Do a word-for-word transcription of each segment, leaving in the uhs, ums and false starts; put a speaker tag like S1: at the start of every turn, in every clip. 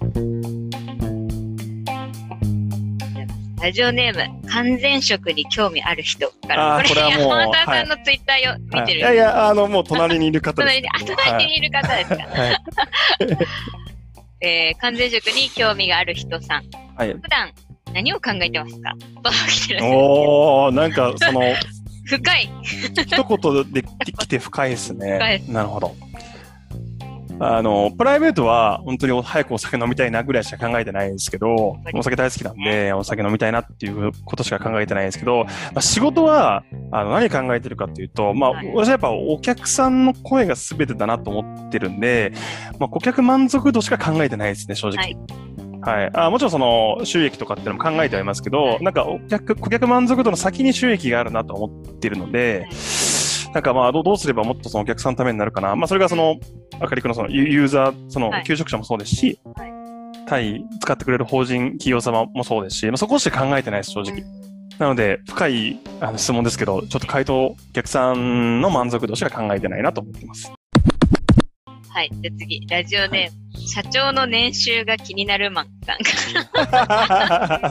S1: ラジオネーム、完全食に興味ある人から。
S2: あ、これはもう。
S1: 山田さんのツイッターを見てる、
S2: はい。いやいや、あの、もう隣にいる方です。
S1: 隣に、あ、隣にいる方ですか。はい。えー、完全食に興味がある人さん。はい。普段、何を考えてますかと来てるんです。
S2: おー、なんか、その、
S1: 深い。
S2: 一言で来て深いですね。
S1: 深い。
S2: なるほど。あの、プライベートは本当に早くお酒飲みたいなぐらいしか考えてないんですけど、お酒大好きなんで、お酒飲みたいなっていうことしか考えてないんですけど、まあ、仕事は、あの、何考えてるかっていうと、まあ、私はやっぱお客さんの声が全てだなと思ってるんで、まあ、顧客満足度しか考えてないですね、正直。はいはい。あ、もちろんその収益とかっていうのも考えてはいますけど、なんかお客、顧客満足度の先に収益があるなと思ってるので、なんかまあどうすればもっとそのお客さんのためになるかな。まあそれがその、あかりくのそのユーザー、その求職者もそうですし、はい、対使ってくれる法人企業様もそうですし、まあそこしか考えてないです、正直。なので、深いあの質問ですけど、ちょっと回答、お客さんの満足度しか考えてないなと思ってます。
S1: はい。じゃあ次、ラジオネーム、はい、社長の年収が気になるマンさんから。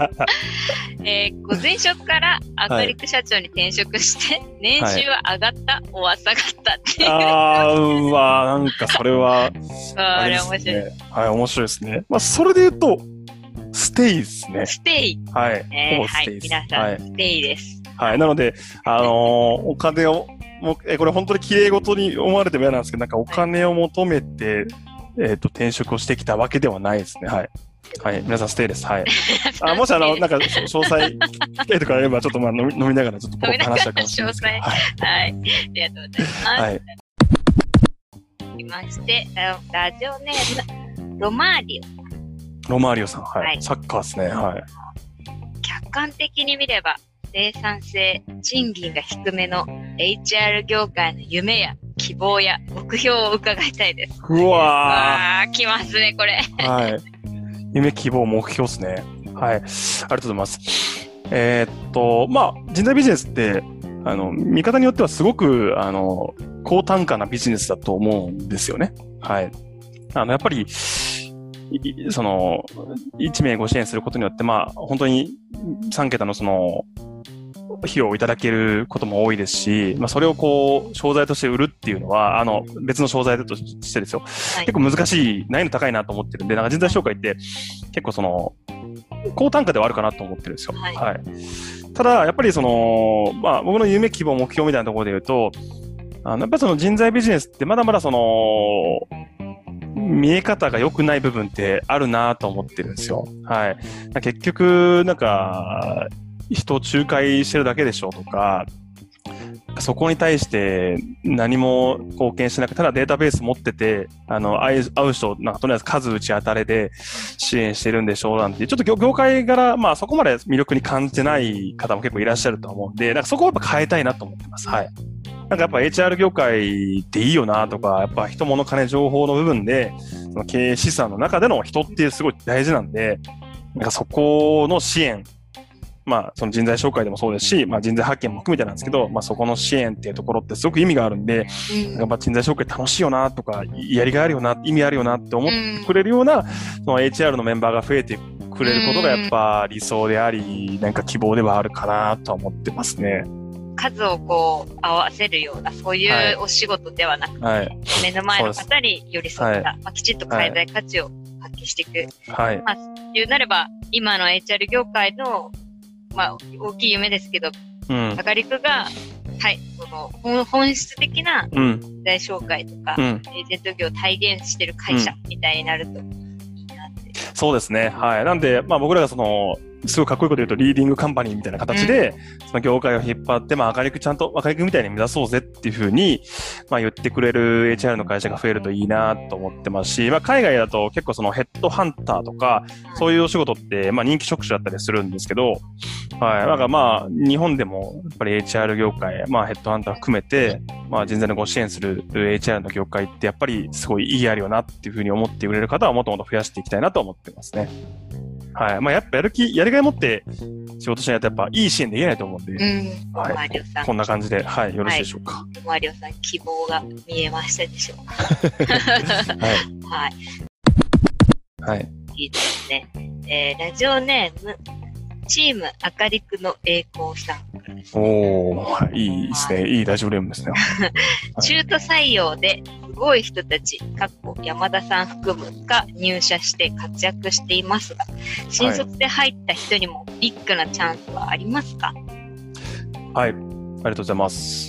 S1: えー、前職から明るく社長に転職して、はい、年収は上がった、はい、お下がったっていう。
S2: ああ、うわなんかそれは、
S1: あれ面白い。
S2: はい、面白いですね。まあ、それで言うと、ステイですね。
S1: ステイ。
S2: はい。
S1: えー、ほぼステイです。はい。皆さん、はい、ステイです。
S2: はい。なので、あのー、お金を、もうえこれ本当に綺麗事に思われても嫌なんですけど、なんかお金を求めて、えっと、転職をしてきたわけではないですね。はい。はい。皆さんステイです。はい。あ、もしあの、なんか、詳細聞きたいとかあれば、ちょっとまあ飲み、飲みながらちょっとポロッと話しちゃうかもしれないですけど。
S1: 詳細。はい。はい。ありがとうございます。はい。きまして、ラジオネーム、ロマーリオ。
S2: ロマーリオさん。はい。はい、サッカーですね。はい。
S1: 客観的に見れば、生産性、賃金が低めの エイチアール 業界の夢や希望や目標を伺いたいです。
S2: うわー。
S1: ー来ますね、これ。
S2: はい。夢、希望、目標ですね。はい。ありがとうございます。えー、っと、まあ、人材ビジネスって、あの、見方によってはすごく、あの、高単価なビジネスだと思うんですよね。はい。あの、やっぱり、その、いち名ご支援することによって、まあ、本当にさん桁のその、費用をいただけることも多いですし、まあ、それをこう、商材として売るっていうのは、あの、別の商材としてですよ。はい、結構難しい、難易度高いなと思ってるんで、なんか人材紹介って結構その、高単価ではあるかなと思ってるんですよ。はい。はい、ただ、やっぱりその、まあ、僕の夢、希望、目標みたいなところで言うと、あの、やっぱりその人材ビジネスってまだまだその、見え方が良くない部分ってあるなと思ってるんですよ。はい。結局、なんか、人を仲介してるだけでしょとか、そこに対して何も貢献しなくて、ただデータベース持ってて、あの、会う、会う人、なんかとりあえず数打ち当たれで支援してるんでしょうなんていう、ちょっと業界柄、まあそこまで魅力に感じてない方も結構いらっしゃると思うんで、なんかそこをやっぱ変えたいなと思ってます。はい。なんかやっぱ エイチアール 業界っていいよなとか、やっぱ人物金情報の部分で、その経営資産の中での人ってすごい大事なんで、なんかそこの支援、まあその人材紹介でもそうですし、まあ人材発見も含めてなんですけど、まあそこの支援っていうところってすごく意味があるんで、なんか人材紹介楽しいよなとか、やりがいあるよな、意味あるよなって思ってくれるような、その エイチアール のメンバーが増えてくれることがやっぱ理想であり、なんか希望ではあるかなと思ってますね。
S1: 数をこう合わせるようなそういうお仕事ではなくて、はい、目の前の方に寄り添った、はいまあ、きちっと海外価値を発揮していく。はい、まあ、言うなれば今の エイチアール 業界の、まあ、大きい夢ですけど、うん、あかりくが、はい、その本質的な人材紹介とか、うん、エージェント業を体現している会社みたいになるといいなって、うん。
S2: そうですね。はい。なんで、まあ僕らがそのすごいかっこいいこと言うとリーディングカンパニーみたいな形で、うん、その業界を引っ張って、まあ明るくちゃんと明るくみたいに目指そうぜっていうふうに、まあ言ってくれる エイチアール の会社が増えるといいなと思ってますし、まあ海外だと結構そのヘッドハンターとか、そういうお仕事って、まあ人気職種だったりするんですけど、はい。なんかまあ日本でもやっぱり エイチアール 業界、まあヘッドハンター含めて、まあ人材のご支援する エイチアール の業界ってやっぱりすごい意義あるよなっていうふうに思ってくれる方はもっともっと増やしていきたいなと思ってますね。はい。まあ、やっぱやる気、やりがい持って仕事しないとやっぱいい支援できないと思うんで。うん。はい。こ, こんな感じで、はい。よろしいでしょうか。
S1: マリオさん、希望が見えましたでしょうか。はい。はい。
S2: はい。
S1: 聞いてますね。えー、ラジオネーム、チームあかりくの栄光さんからですね。
S2: おー、いいですね。いいラジオネームですね。
S1: 中途採用ですごい人たち、かっこ山田さん含むが入社して活躍していますが、新卒で入った人にもビッグなチャンスはありますか？
S2: はい、ありがとうございます。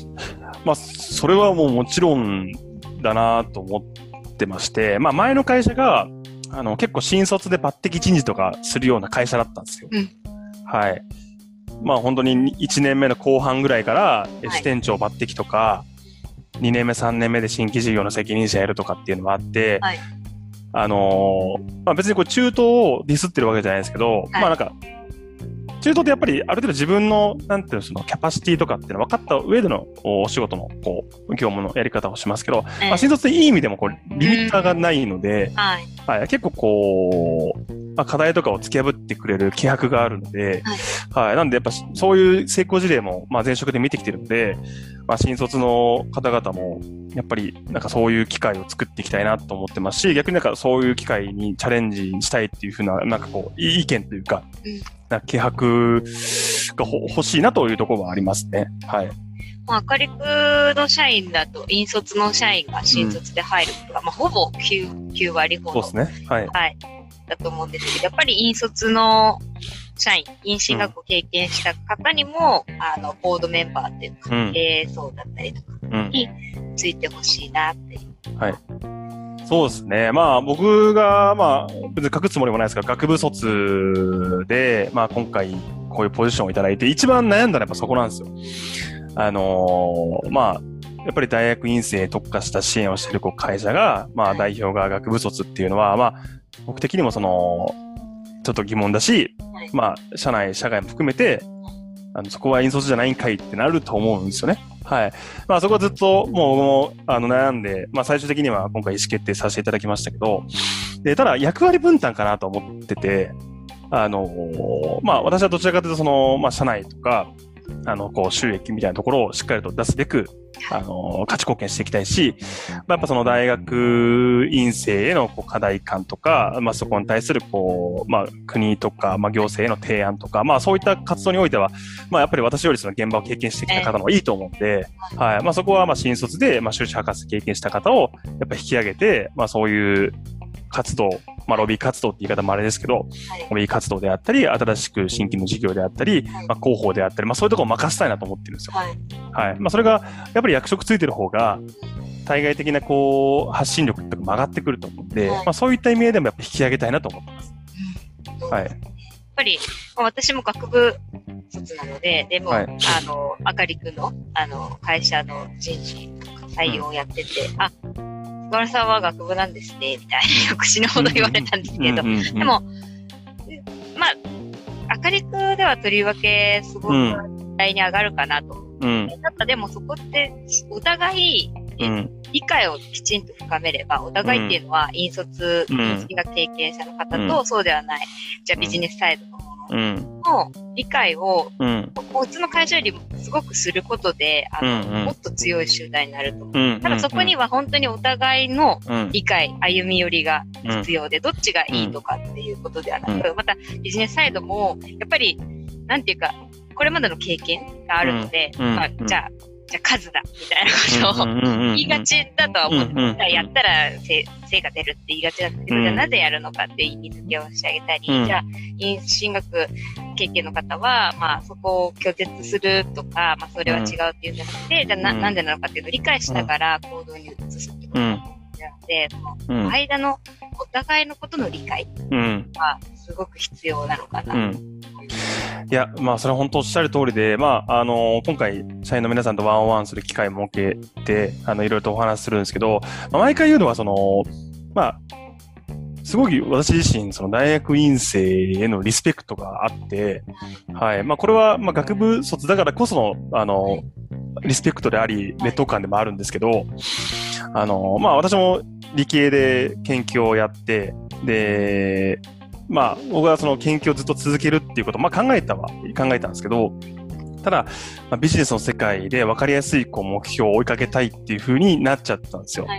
S2: まあ、それはもうもちろんだなと思ってまして、まあ前の会社が、あの、結構新卒で抜擢人事とかするような会社だったんですよ。うん、はい。まあ本当にいちねんめの後半ぐらいから、支店長抜擢とか、はい、にねんめさんねんめで新規事業の責任者やるとかっていうのもあって、はい、あのー、まあ別にこれ中東をディスってるわけじゃないですけど、はい、まあなんか、中東ってやっぱりある程度自分の、なんていうの、そのキャパシティとかっていうの分かった上でのお仕事の、こう、業務のやり方をしますけど、えー、まあ新卒っていい意味でもこう、リミッターがないので、はい、はい、結構こう、まあ、課題とかを突き破ってくれる気迫があるので、はい、はい。なんでやっぱそういう成功事例も、まあ前職で見てきてるので、まあ新卒の方々も、やっぱりなんかそういう機会を作っていきたいなと思ってますし、逆になんかそういう機会にチャレンジしたいっていうふうな、なんかこう、意見というか、なんか気迫が欲しいなというところはありますね。はい。
S1: まあ、アカリクの社員だと、引率の社員が新卒で入ることが、うん、まあ、ほぼ 9, きゅう割ほど。
S2: そうですね。はい。
S1: はい。だと思うんですけど、やっぱり引率の社員、引進学を経験した方にも、うん、あの、ボードメンバーっていうか、経営層だったりとかについてほしいなっていう。
S2: うん、はい。そうですね。まあ僕が、まあ別に書くつもりもないですが、学部卒で、まあ今回こういうポジションをいただいて、一番悩んだのはやっぱそこなんですよ。あのー、まあ、やっぱり大学院生特化した支援をしている会社が、まあ代表が学部卒っていうのは、まあ僕的にもその、ちょっと疑問だし、まあ社内、社外も含めて、あのそこは引率じゃないんかいってなると思うんですよね。はい。まあそこはずっともう、もうあの悩んで、まあ最終的には今回意思決定させていただきましたけど、で、ただ役割分担かなと思ってて、あのー、まあ私はどちらかというとその、まあ社内とか、あの、こう収益みたいなところをしっかりと出すべく、あのー、価値貢献していきたいし、まあ、やっぱその大学院生へのこう課題感とか、まあそこに対するこう、まあ国とか、まあ行政への提案とか、まあそういった活動においては、まあやっぱり私よりその現場を経験してきた方の方がいいと思うんで、はい。まあそこはまあ新卒で、まあ修士博士経験した方をやっぱ引き上げて、まあそういう活動、まあロビー活動って言い方もあれですけど、はい、ロビー活動であったり、新しく新規の事業であったり、はい、まあ広報であったり、まあそういうところを任せたいなと思ってるんですよ。はい。はい。まあそれが、やっぱり役職ついてる方が、対外的なこう、発信力って曲がってくると思うんで、はい、まあそういった意味でもやっぱ引き上げたいなと思ってます。
S1: うん、はい。やっぱり、まあ、私も学部卒なので、でも、はい、あの、あかりくんの、あの、会社の人事とか採用をやってて、うん、あ、菅原さんは学部なんですね、みたいによく死ぬほど言われたんですけど、うんうんうん、でも、まあ、あかりくではとりわけすごく話題に上がるかなと思う、うん。ただでもそこってお互い、うん、理解をきちんと深めれば、お互いっていうのは引率、引率が経験者の方と、うん、そうではない、じゃあビジネスサイドのの理解を、うん、普通の会社よりもすごくすることで、あの、うんうん、もっと強い集団になると思う。うんうん、ただそこには本当にお互いの理解、うん、歩み寄りが必要で、どっちがいいとかっていうことではなく、うん、またビジネスサイドも、やっぱり、なんていうか、これまでの経験があるので、うんまあ、じゃあ、じゃあ数だみたいなことを言いがちだとは思ってます。やったら成果出るって言いがちなんですけど、じゃあなぜやるのかっていう意味付けをしてあげたり、じゃあ進学経験の方は、まあそこを拒絶するとか、まあそれは違うっていうんじゃなくて、じゃあな、なんでなのかっていうのを理解しながら行動に移すってことなので、その間のお互いのことの理解はすごく必要なのかな。うん
S2: いや、まあ、それは本当おっしゃる通りで、まあ、あのー、今回、社員の皆さんとワンオンワンする機会も設けて、あの、いろいろとお話しするんですけど、まあ、毎回言うのは、その、まあ、すごい私自身、その大学院生へのリスペクトがあって、はい。まあ、これは、まあ、学部卒だからこその、あの、リスペクトであり、劣等感でもあるんですけど、あの、まあ、私も理系で研究をやって、で、まあ、僕はその研究をずっと続けるっていうことを、まあ考えたは、考えたんですけど、ただ、まあ、ビジネスの世界で分かりやすいこう目標を追いかけたいっていう風になっちゃったんですよ。はい。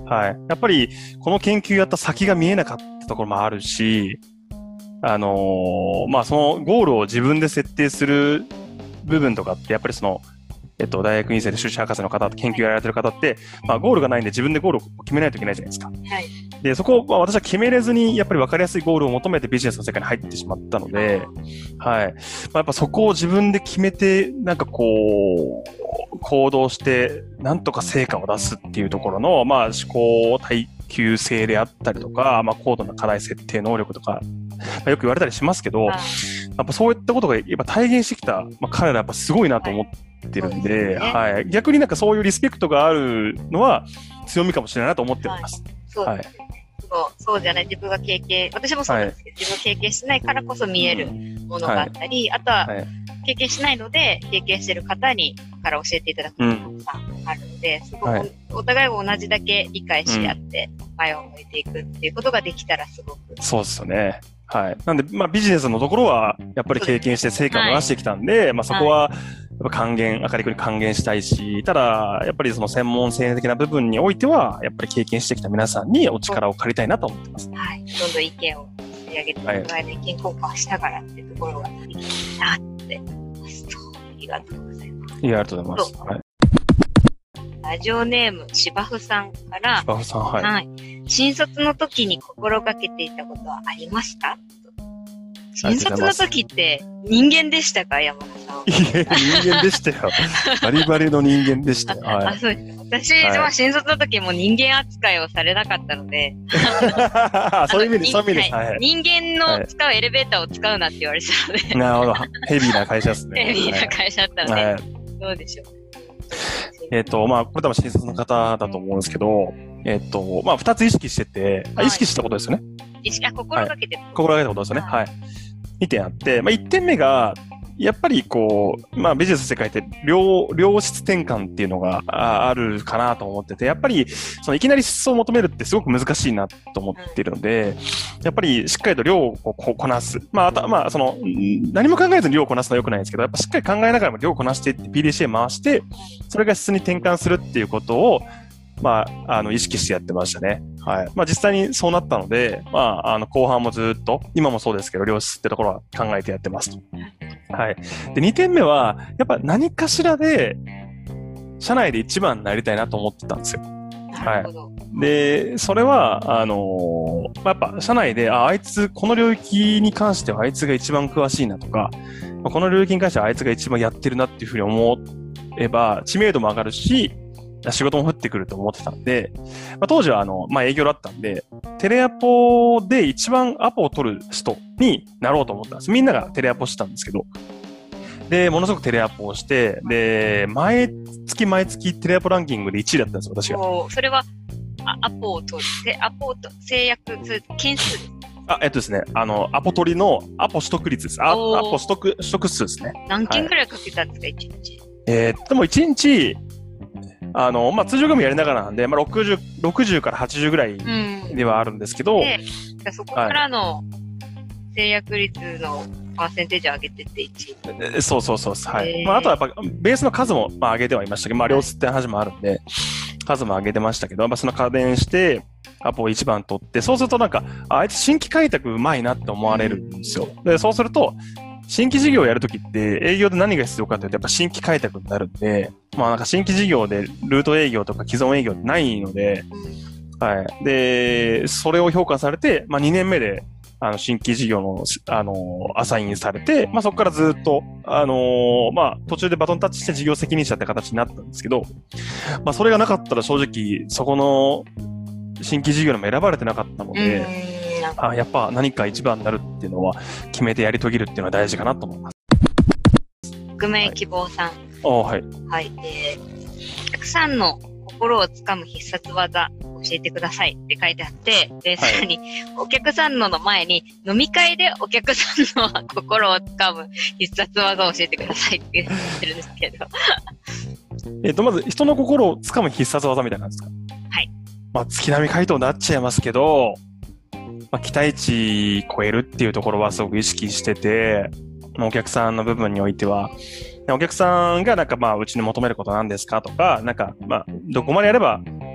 S2: はい。やっぱり、この研究やった先が見えなかったところもあるし、あのー、まあ、そのゴールを自分で設定する部分とかって、やっぱりその、えっと、大学院生で修士博士の方、研究やられてる方って、まあ、ゴールがないんで自分でゴールを決めないといけないじゃないですか。はい。で、そこを、まあ、私は決めれずに、やっぱり分かりやすいゴールを求めてビジネスの世界に入ってしまったので、はい。まあ、やっぱそこを自分で決めて、なんかこう、行動して、なんとか成果を出すっていうところの、まあ、思考耐久性であったりとか、まあ、高度な課題設定能力とか、まあ、よく言われたりしますけど、やっぱそういったことがやっぱ体現してきた、まあ、彼らやっぱすごいなと思ってるんで、はい、はい。逆になんかそういうリスペクトがあるのは強みかもしれないなと思っております。はい、
S1: そうですね。はい、そうじゃない、自分が経験、私もそうなんですけど、はい、自分が経験してないからこそ見えるものがあったり、はい、あとは、経験しないので、経験してる方にから教えていただくことがあるので、うん、すごく、はい、お互いが同じだけ理解し合って、前を向いていくっていうことができたらすごく。
S2: そうですよね。はい。なんで、まあビジネスのところは、やっぱり経験して成果を出してきたんで、はい、まあそこは、やっぱ還元、明るくに還元したいし、ただ、やっぱりその専門性的な部分においては、やっぱり経験してきた皆さんにお力を借りたいなと思ってます。
S1: はい。どんどん意見を吸い上げて、お互いの意見交換をしながらっていうところができたなって思います。ありがとうございます。
S2: いや、ありがとうございます。はい。
S1: ラジオネーム、芝生さんから、
S2: 芝生さん、はい。はい。
S1: 新卒の時に心がけていたことはありますか？新卒の時って人間でしたか、山田さん。
S2: いや、人間でしたよ。バリバリの人間でしたよ。はい、
S1: あ、そうです。私は、はい、新卒の時も人間扱いをされなかったので。
S2: そういう意味で、そういう意味で、
S1: はいはい。人間の使うエレベーターを使うなって言われてたので。
S2: なるほど。ヘビーな会社ですね。
S1: ヘビーな会社だったので。はい、どうでしょう。
S2: えっと、まあ、これ多分新卒の方だと思うんですけど、えっと、まあ、二つ意識してて、はい、意識したことですよね。
S1: 意識、あ、心がけてる、
S2: はい。心がけたことですよね。はい。二点あって、まあ、一点目が、やっぱりこう、まあビジネスの世界って良、良質転換っていうのがあるかなと思ってて、やっぱりそのいきなり質を求めるってすごく難しいなと思っているので、やっぱりしっかりと量をここなす。まあ、あと、まあその、何も考えずに量をこなすのは良くないんですけど、やっぱしっかり考えながらも量をこなしていって ピーディーシー 回して、それが質に転換するっていうことを、まあ、あの、意識してやってましたね。はい。まあ実際にそうなったので、まあ、あの、後半もずっと、今もそうですけど、量質ってところは考えてやってますと。はい。で、二点目は、やっぱ何かしらで、社内で一番になりたいなと思ってたんですよ。はい。で、それは、あのー、やっぱ社内で、あ、あいつ、この領域に関してはあいつが一番詳しいなとか、この領域に関してはあいつが一番やってるなっていうふうに思えば、知名度も上がるし、仕事も降ってくると思ってたんで、まあ、当時はあの、まあ、営業だったんで、テレアポで一番アポを取る人になろうと思ったんです。みんながテレアポしてたんですけど。で、ものすごくテレアポをして、で、毎月毎月テレアポランキングでいちいだったんですよ、私が。
S1: それは、あアポを取る。で、アポと制約、件数です。
S2: あ、えっとですね、あの、アポ取りのアポ取得率です。あアポ取得、取得数ですね。
S1: 何件くらいかけたんですか、いちにち。
S2: えー、でもいちにち、あの、まあ、通常業務やりながらなんで、まあ、ろくじゅう、ろくじゅうからはちじゅうぐらいではあるんですけど、うん、
S1: でそこからの制約率のパーセンテージを上げてっていちい。
S2: そうそうそう。はい。まあ、あとはやっぱ、ベースの数も、まあ、上げてはいましたけど、まあ、量質って話もあるんで、数も上げてましたけど、まあ、その家電して、アポをいちばん取って、そうするとなんか、あいつ新規開拓うまいなって思われるんですよ。で、そうすると、新規事業をやるときって営業で何が必要かというとやっぱ新規開拓になるんで、まあなんか新規事業でルート営業とか既存営業ってないので、はい。で、それを評価されて、まあにねんめで、あの、新規事業の、あの、アサインされて、まあそこからずっと、あのー、まあ途中でバトンタッチして事業責任者って形になったんですけど、まあそれがなかったら正直、そこの新規事業にも選ばれてなかったので、あ、やっぱ何か一番になるっていうのは決めてやり遂げるっていうのは大事かなと思います。
S1: 匿名希望さん。
S2: あ、はい。
S1: はい。えー、たくさんの心をつかむ必殺技教えてくださいって書いてあって、で、さらに、お客さんのの前に飲み会でお客さんの心をつかむ必殺技を教えてくださいって言ってるんですけど。
S2: えっと、まず人の心をつかむ必殺技みたいなんですか？
S1: はい。
S2: まあ、月並み回答になっちゃいますけど、まあ、期待値超えるっていうところはすごく意識してて、お客さんの部分においては、お客さんがなんかまあうちに求めることなんですかとか、なんかまあどこまでやれば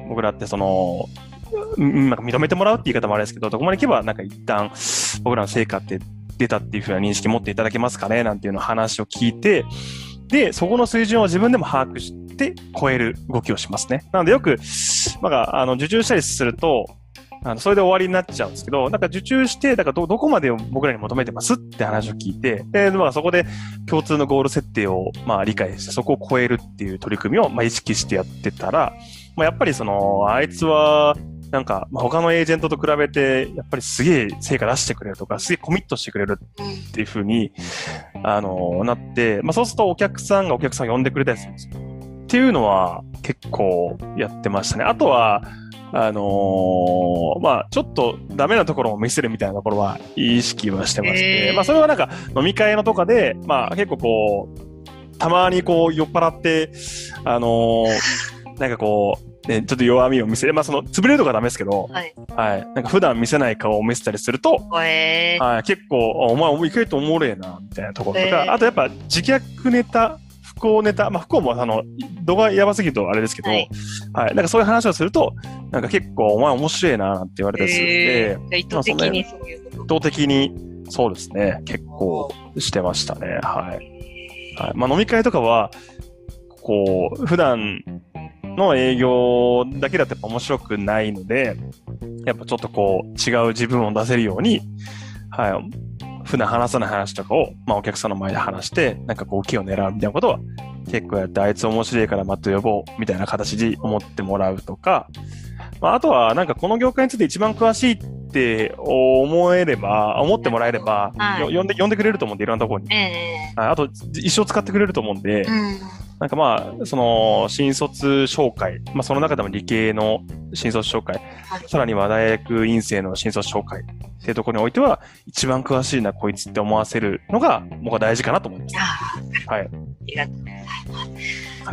S2: 僕らってその、なんか認めてもらうって言い方もあれですけど、どこまで行けばなんか一旦僕らの成果って出たっていうふうな認識持っていただけますかねなんていうの話を聞いて、で、そこの水準を自分でも把握して超える動きをしますね。なのでよく、なんか、あの、受注したりすると、あの、それで終わりになっちゃうんですけど、なんか受注して、だからど、どこまでを僕らに求めてますって話を聞いて、で、まあそこで共通のゴール設定を、まあ理解して、そこを超えるっていう取り組みを、まあ意識してやってたら、まあやっぱりその、あいつは、なんか、まあ、他のエージェントと比べて、やっぱりすげえ成果出してくれるとか、すげえコミットしてくれるっていう風に、あの、なって、まあそうするとお客さんがお客さんを呼んでくれたりするんですよ。っていうのは結構やってましたね。あとは、あのー、まあちょっとダメなところを見せるみたいなところは意識はしてまして、えー、まあそれはなんか飲み会のとかで、まあ結構こう、たまにこう酔っ払って、あのー、なんかこう、ね、ちょっと弱みを見せる。まあ、その、潰れるとかダメですけど、はい。はい。なんか普段見せない顔を見せたりすると、えー、はい。結構、お前、意外とおもれえな、みたいなところとか、えー、あとやっぱ、自虐ネタ、不幸ネタ、まあ、不幸も、あの、動画やばすぎるとあれですけど、はい。はい。なんかそういう話をすると、なんか結構、お前面白いな、なんて言われたりするんで、えー、
S1: 意図的にそういうこと、
S2: 意図的に、そうですね。結構してましたね。はい。はい。まあ、飲み会とかは、こう、普段、の営業だけだとやっぱ面白くないので、やっぱちょっとこう違う自分を出せるように、はい、普段話さない話とかを、まあお客さんの前で話して、なんかこう受けを狙うみたいなことは結構やって、あいつ面白いからまた呼ぼうみたいな形で思ってもらうとか、まああとはなんかこの業界について一番詳しいって思えれば、思ってもらえれば、はい、呼んで、呼んでくれると思うんで、いろんなところに。えー、あと、一生使ってくれると思うんで、うんなんかまあ、その、新卒紹介、まあその中でも理系の新卒紹介、はい、さらには大学院生の新卒紹介っていうところにおいては、一番詳しいな、こいつって思わせるのが、僕は大事かなと思います。はい。あ
S1: りがとうございます。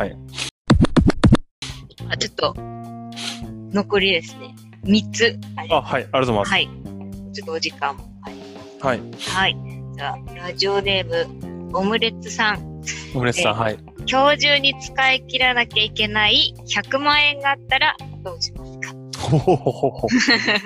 S2: はい。
S1: あ、ちょっと、残りですね。三つあります。
S2: あ、はい、ありがとうございます。
S1: はい。ちょっとお時間もあります。
S2: はい。
S1: はい。じゃあ、ラジオネーム、オムレツさん。
S2: オムレツさん、はい。
S1: 今日中に使い切らなきゃいけないひゃくまん円があったらどうしますか？
S2: ほほほほほ。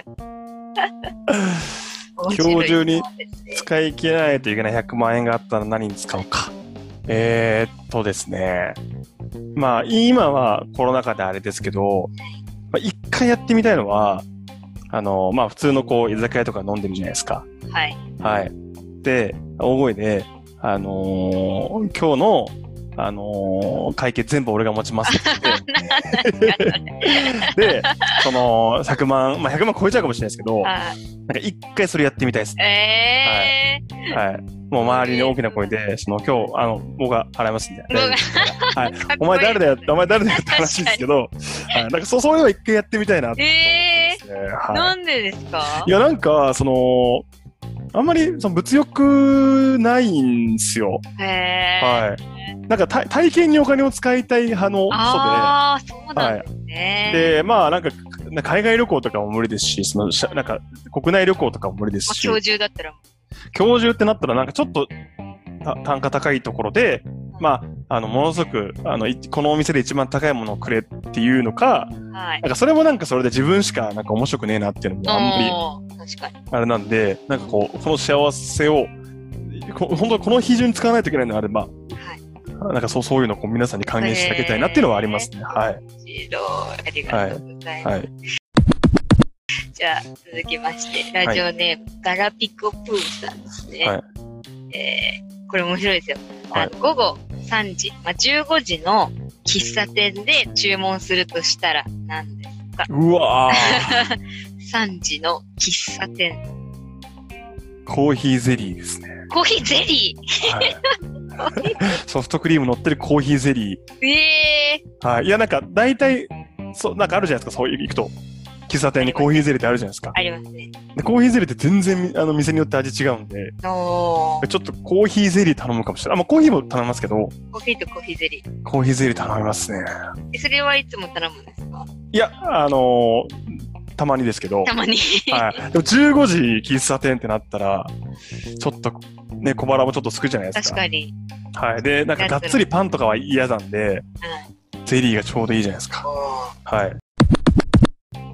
S2: 今日中に使い切らないといけないひゃくまん円があったら何に使うか。えーっとですね。まあ、今はコロナ禍であれですけど、まあ、一回やってみたいのは、あの、まあ普通のこう、居酒屋とか飲んでるじゃないですか。
S1: はい。
S2: はい。で、大声で、あのー、今日のあのー、会計全部俺が持ちますって言って。で、その、ひゃくまん、まあ、ひゃくまん超えちゃうかもしれないですけど、なんか一回それやってみたいです
S1: ね。
S2: えー、はい。はい。もう周りに大きな声で、その、今日、あの、僕が払いますんで。はい。お前誰だよって、お前誰だよって話ですけど、はい。なんかそう、そういうの一回やってみたいなって思いますね。
S1: えー、はい。なんでですか？
S2: いや、なんか、その、あんまりその物欲ないんですよ。
S1: へ
S2: ー。はい。なんか体、体験にお金を使いたい派の人で。
S1: ああ、そうなんですね。
S2: はい、で、まあなんか、海外旅行とかも無理ですし、その、なんか、国内旅行とかも無理ですし。
S1: まあ、今日中だったら。
S2: 今日中ってなったらなんかちょっと、単価高いところで、まあ、あの、ものすごく、あの、このお店で一番高いものをくれっていうのか、はい。なんかそれもなんかそれで自分しかなんか面白くねえなっていうのもあん
S1: まり、確かに。
S2: あれなんで、なんかこう、この幸せを、本当にこの比重に使わないといけないのであれば、はい。なんかそう、そういうのをこう皆さんに還元してあげたいなっていうのはありますね。はい。
S1: 面白い。ありがとうございます。はい。はい、じゃあ、続きまして、ラジオネーム、はい、ガラピコプーさんですね。はい。えー、これ面白いですよ。はい、あの午後さんじ、まあ、じゅうごじの喫茶店で注文するとしたら何ですか？
S2: うわー。
S1: さんじの喫茶店。
S2: コーヒーゼリーですね。
S1: コーヒーゼリー、はい
S2: ソフトクリーム乗ってるコーヒーゼリ
S1: ー。ええ
S2: ー。はい。いや、なんか、大体、そう、なんかあるじゃないですか、そう行くと。喫茶店にコーヒーゼリーってあるじゃないですか。
S1: ありますね。
S2: でコーヒーゼリーって全然、あの、店によって味違うんで。おー。ちょっとコーヒーゼリー頼むかもしれない。あ、まあ、コーヒーも頼みますけど。
S1: コーヒーとコーヒーゼリー。
S2: コーヒーゼリー頼みますね。
S1: え、それはいつも頼むんですか？
S2: いや、あのー、たまにですけど。
S1: たまに。
S2: はい。でもじゅうごじ喫茶店ってなったら、ちょっと、ね、小腹もちょっとすくじゃないですか。
S1: 確かに。
S2: はい。で、なんかがっつりパンとかは嫌なんで、うん、ゼリーがちょうどいいじゃないですか。はい。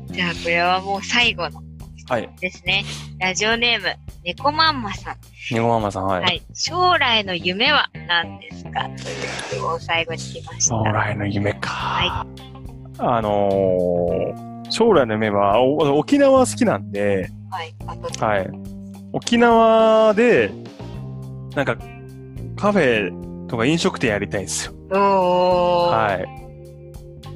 S1: じゃあ、これはもう最後のですね。はい、ラジオネーム、猫まんまさん。
S2: 猫まんまさん、はい。はい。
S1: 将来の夢は何ですかという質問を最後に来ました。
S2: 将来の夢か。はい。あのー、将来の夢は、沖縄好きなんで、はい。はい。沖縄で、なんか、カフェとか飲食店やりたいんですよ。
S1: おー。
S2: はい。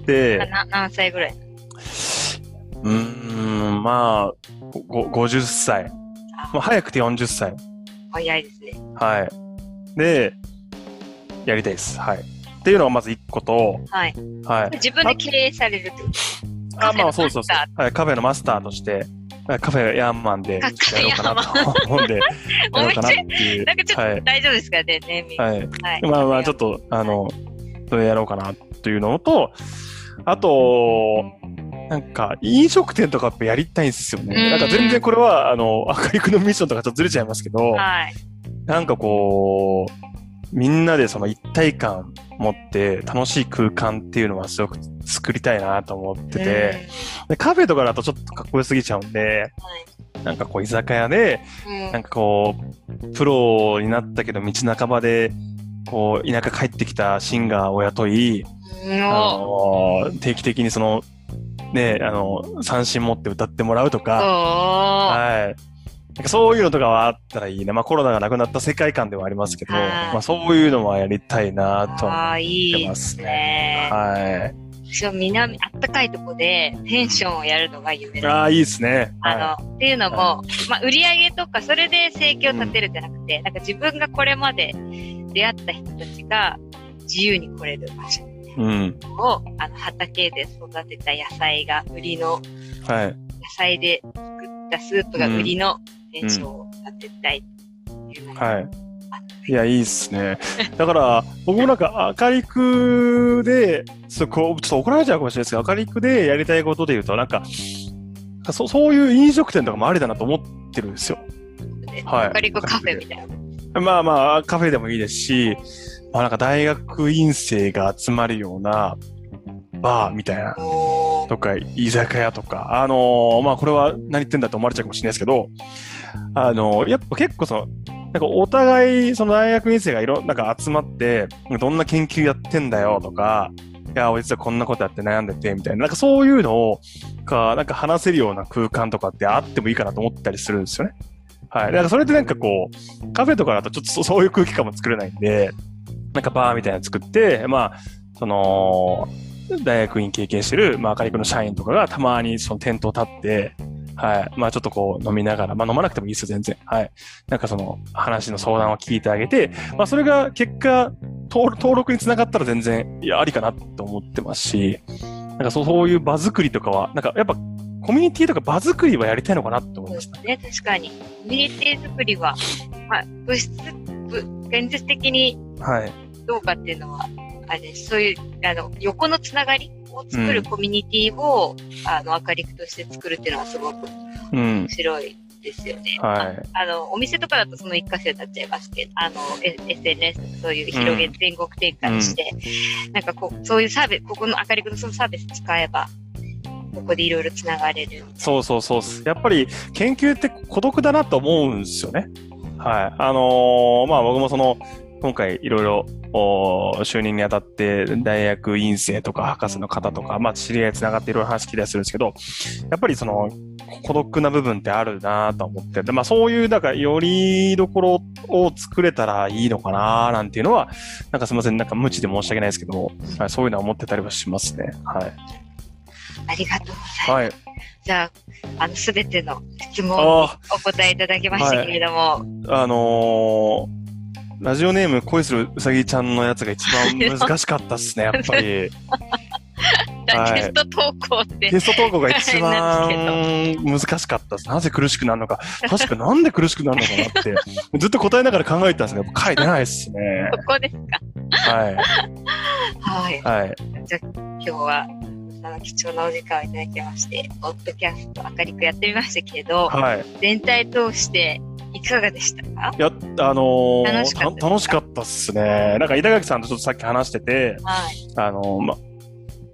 S2: で、
S1: な何歳ぐらい？
S2: うーん、まあ、ごごじゅっさい。まあ、早くてよんじゅっさい。
S1: 早いですね。
S2: はい。で、やりたいです。はい。っていうのがまず一個と、
S1: はい。
S2: はい。
S1: 自分で経営されるってことです
S2: か？あ、まあ、そうそうそう。はい。カフェのマスターとして、カフェヤンマンでやろうかなと思うんで、やろうかなっていう。
S1: なんかちょっと大丈夫ですかね、ネーミング。
S2: はい。はい。まあまあ、ちょっと、あの、それやろうかなというのと、あと、なんか、飲食店とかやっぱやりたいんですよね。なんか全然これは、あの、赤井くんのミッションとかちょっとずれちゃいますけど、はい。なんかこう、みんなでその一体感持って楽しい空間っていうのはすごく作りたいなと思ってて、でカフェとかだとちょっとかっこよすぎちゃうんで、はい、なんかこう居酒屋で、なんかこう、プロになったけど道半ばで、こう、田舎帰ってきたシンガーを雇い、あのー、定期的にその、ね、あの、三振持って歌ってもらうとか、はい。なんかそういうのとかはあったらいいね。まあコロナがなくなった世界観ではありますけど、まあそういうのはやりたいなと思ってますね。はい。
S1: そう、南、あったかいとこでテンションをやるのが夢です。
S2: ああ、いいですね。
S1: あの、はい、っていうのも、はい、まあ売り上げとかそれで生計を立てるんじゃなくて、うん、なんか自分がこれまで出会った人たちが自由に来れる場所。うん、をあの畑で育てた野菜が売りの、はい、野菜で作ったスープが売りのテンションを立てたいっていうのが、うん、はい。
S2: いや、いいっすね。だから、僕もなんか、赤陸で、そこ、ちょっと怒られちゃうかもしれないですけど、赤陸でやりたいことで言うと、なんか、そそういう飲食店とかもありだなと思ってるんですよ。
S1: はい。赤陸カフェみたいな。
S2: まあまあ、カフェでもいいですし、まあなんか大学院生が集まるようなバーみたいなとか居酒屋とか、あのー、まあこれは何言ってんだと思われちゃうかもしれないですけど、あのー、やっぱ結構その、なんかお互いその大学院生がいろ、なんか集まって、どんな研究やってんだよとか、いや、実はこんなことやって悩んでて、みたいな、なんかそういうのを、か、なんか話せるような空間とかってあってもいいかなと思ったりするんですよね。はい。だからそれってなんかこう、カフェとかだとちょっとそういう空気感も作れないんで、なんかバーみたいなの作って、まあ、その、大学院経験してる、まあ、赤陸の社員とかがたまにその店頭立って、はい。まあ、ちょっとこう飲みながら、まあ、飲まなくてもいいですよ、全然。はい。なんかその話の相談を聞いてあげて、まあ、それが結果、登録につながったら全然、いや、ありかなと思ってますし、なんかそう、そういう場作りとかは、なんかやっぱ、コミュニティとか場作りはやりたいのかなって思いました。
S1: ね、確かに。コミュニティ作りは、まあ、物質、現実的に、はい。どうかっていうのは、あれ、そういう、あの、横のつながりを作るコミュニティを、うん、あの、赤陸として作るっていうのはすごく面白いですよね。うん、はい。あの、お店とかだとその一過性になっちゃいますけど、あの、エスエヌエス とかそういう広げ、全国展開して、うん、なんかこう、そういうサービス、ここの赤陸のそのサービス使えば、ここでいろいろつながれる。
S2: そうそうそう。やっぱり研究って孤独だなと思うんですよね。はい。あのー、まあ僕もその、今回いろいろ就任にあたって大学院生とか博士の方とか、まあ知り合いつながっていろいろ話聞いたりするんですけど、やっぱりその孤独な部分ってあるなと思ってて、まあそういうなんかよりどころを作れたらいいのかななんていうのは、なんかすみません、なんか無知で申し訳ないですけども、はい、そういうのは思ってたりはしますね。はい。
S1: ありがとうございます。はい。じゃあ、あの、すべての質問にお答えいただきましたけれども。はい、
S2: あのー、ラジオネーム恋するうさぎちゃんのやつが一番難しかったっすね、やっぱり。
S1: テスト投稿って。
S2: テスト投稿が一番難しかったです。なぜ苦しくなるのか。確かなんで苦しくなるのかなって。ずっと答えながら考えてたんですけど、書いてないっすね。
S1: ここですか。はい。はい。はい。じゃあ、今日は、貴重なお時間をいただきまして、ポッドキャスト明るくやってみましたけど、はい、全体通していかがでしたか？
S2: いや、あのー、楽しかった楽しかったっすね。なんか板垣さんとちょっとさっき話してて、はい、あのー、ま、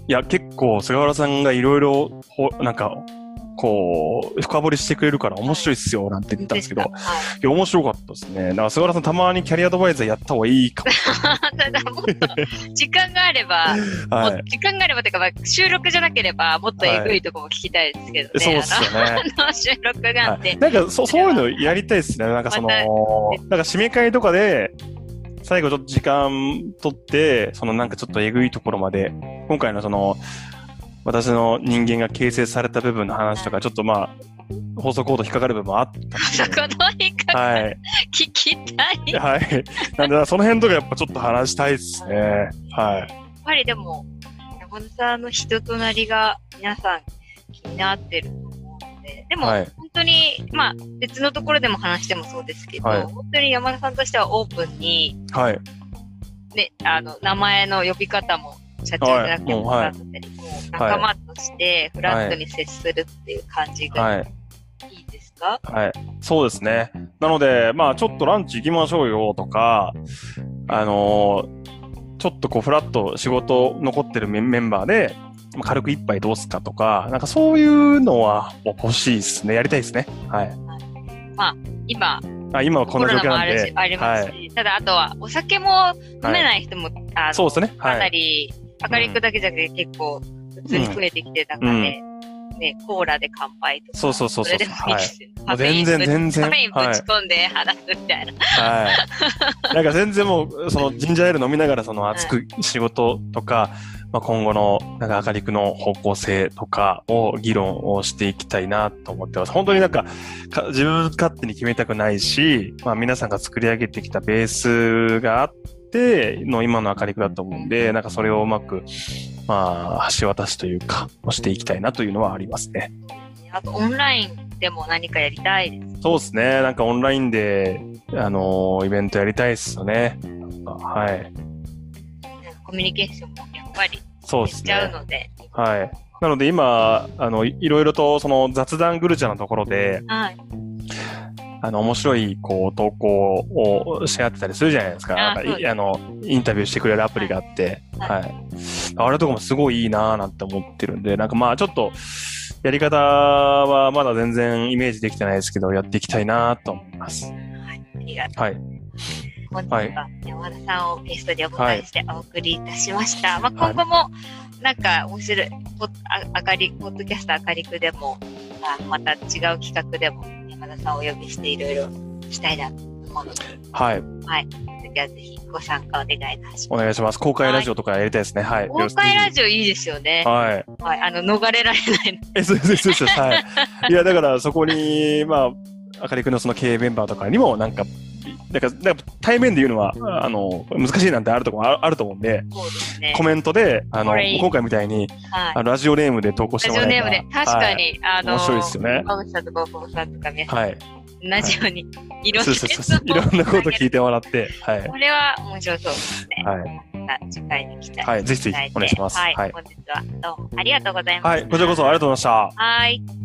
S2: いや、結構、菅原さんがいろいろ、なんか、こう、深掘りしてくれるから面白いっすよ、なんて言ったんですけど、はい、いや、面白かったですね。だから菅原さんたまにキャリアアドバイザーやった方がいいかもしれない。
S1: もっと、時間があれば、はい、時間があればというか、まあ、収録じゃなければ、もっとえぐいとこも聞きたいですけどね。はい、
S2: そうですよね。
S1: あの、収録があって。はい、
S2: なんかそ、そういうのやりたいですね。なんかその、ま、なんか締め会とかで、最後ちょっと時間取って、そのなんかちょっとえぐいところまで、今回のその、私の人間が形成された部分の話とか、ちょっとまあ、放送コード引っかかる部分もあったんで。
S1: 放送コード引っかかる、はい、聞きたい。
S2: はい。なんで、その辺とかやっぱちょっと話したいですね。はい。
S1: やっぱりでも、山田さんの人となりが皆さん気になってると思うので、でも、はい、本当に、まあ、別のところでも話してもそうですけど、はい、本当に山田さんとしてはオープンに、はい。ね、あの、名前の呼び方も、社長じゃなくても、はい、もう仲間としてフラットに接するっていう感じがいいですか？
S2: はい。はい、そうですね。なので、まあちょっとランチ行きましょうよとか、あのー、ちょっとこうフラット仕事残ってるメンバーで、軽く一杯どうすかとか、なんかそういうのは欲しいですね。やりたいですね。はい。
S1: まあ、今、
S2: あ今はこんな状況なんで。
S1: コロナもあるし、ありますし、はい、ただあとはお酒も飲めない人も、はい、あの
S2: そうですね。
S1: はい、かなり、明るくだけじゃなくて結構普通に増えてきてた中で、うん、ね、コーラで乾杯とか。
S2: そうそうそうそう。
S1: それでもいいですよ。
S2: はい、全然全然。
S1: カフェインぶち込んで話すみたいな。
S2: はい。なんか全然もう、そのジンジャーエール飲みながらその熱く仕事とか、はい、まあ、今後のなんか明るくの方向性とかを議論をしていきたいなと思ってます。本当になんか、か自分勝手に決めたくないし、まあ皆さんが作り上げてきたベースがあって、で、の今の明るくだと思うんで、なんかそれをうまく、まあ、橋渡しというか、していきたいなというのはありますね。
S1: あと、オンラインでも何かやりたいです。
S2: そうですね。なんかオンラインで、あのー、イベントやりたいですよね。はい。
S1: コミュニケーションもやっぱり、そうですね。しちゃうので。
S2: はい。なので今、あの、い, いろいろとその雑談グルチャのところで、はい。あの、面白い、こう、投稿をし合ってたりするじゃないですか。あ, なんかあの、インタビューしてくれるアプリがあって、はい。はい、あれとかもすごいいいなぁなんて思ってるんで、なんかまあちょっと、やり方はまだ全然イメージできてないですけど、やっていきたいなぁと思います。はい。
S1: ありがとう。はい。本日は山田さんをゲストでお迎えしてお送りいたしました。はい、まあ今後も、なんか面白い、ポッあかり、ポッドキャストあかりくでも、あまた違う企画でも、山田さんをお呼びしていろいろしたいなと思うので。
S2: はい。
S1: はい。次はぜひご参加お願いいたします。
S2: お願いします。公開ラジオとかやりたいですね。はい。
S1: 公開ラジオいいですよね。
S2: はい。
S1: はい。あの、逃れられない。
S2: え、そうです、そうです。はい。いや、だからそこに、まあ、あかりくのその経営メンバーとかにもなんか、だから、だから対面で言うのは、あの、難しいなんてあるとこもあると思うんで、そうですね、コメントで、あの、今回みたいに、はい、あのラジオネームで投稿してもらえば。
S1: ラジオネームで、確かに、はい、あの、
S2: 面白いですよね。
S1: 青木さんとか大久保さんとか皆さん、
S2: はい、
S1: ラジオにいろんな、
S2: そうそうそう、いろんなこと聞いてもらって、はい。
S1: これは面白そうですね。はい。次回に期待していただいて。
S2: はい、ぜひぜひお願いします。
S1: はい。はい、本日はどうもありがとうございました。
S2: はい、こちらこそありがとうございました。
S1: はい。